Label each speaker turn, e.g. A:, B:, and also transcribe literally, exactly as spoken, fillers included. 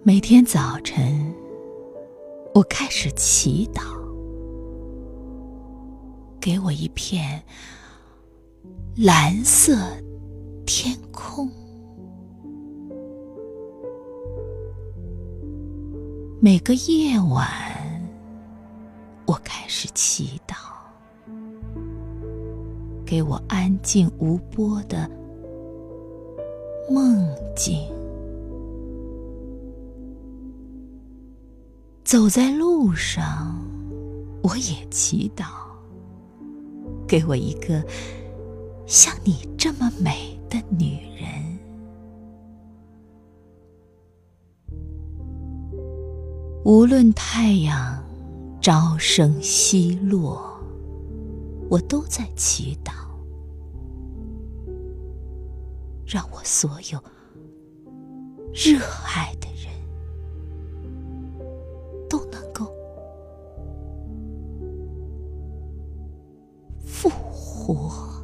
A: 每天早晨，我开始祈祷，给我一片蓝色天空。每个夜晚，我开始祈祷，给我安静无波的梦境。走在路上，我也祈祷，给我一个像你这么美的女人。无论太阳朝升西落，我都在祈祷，让我所有热爱的人都能够复活。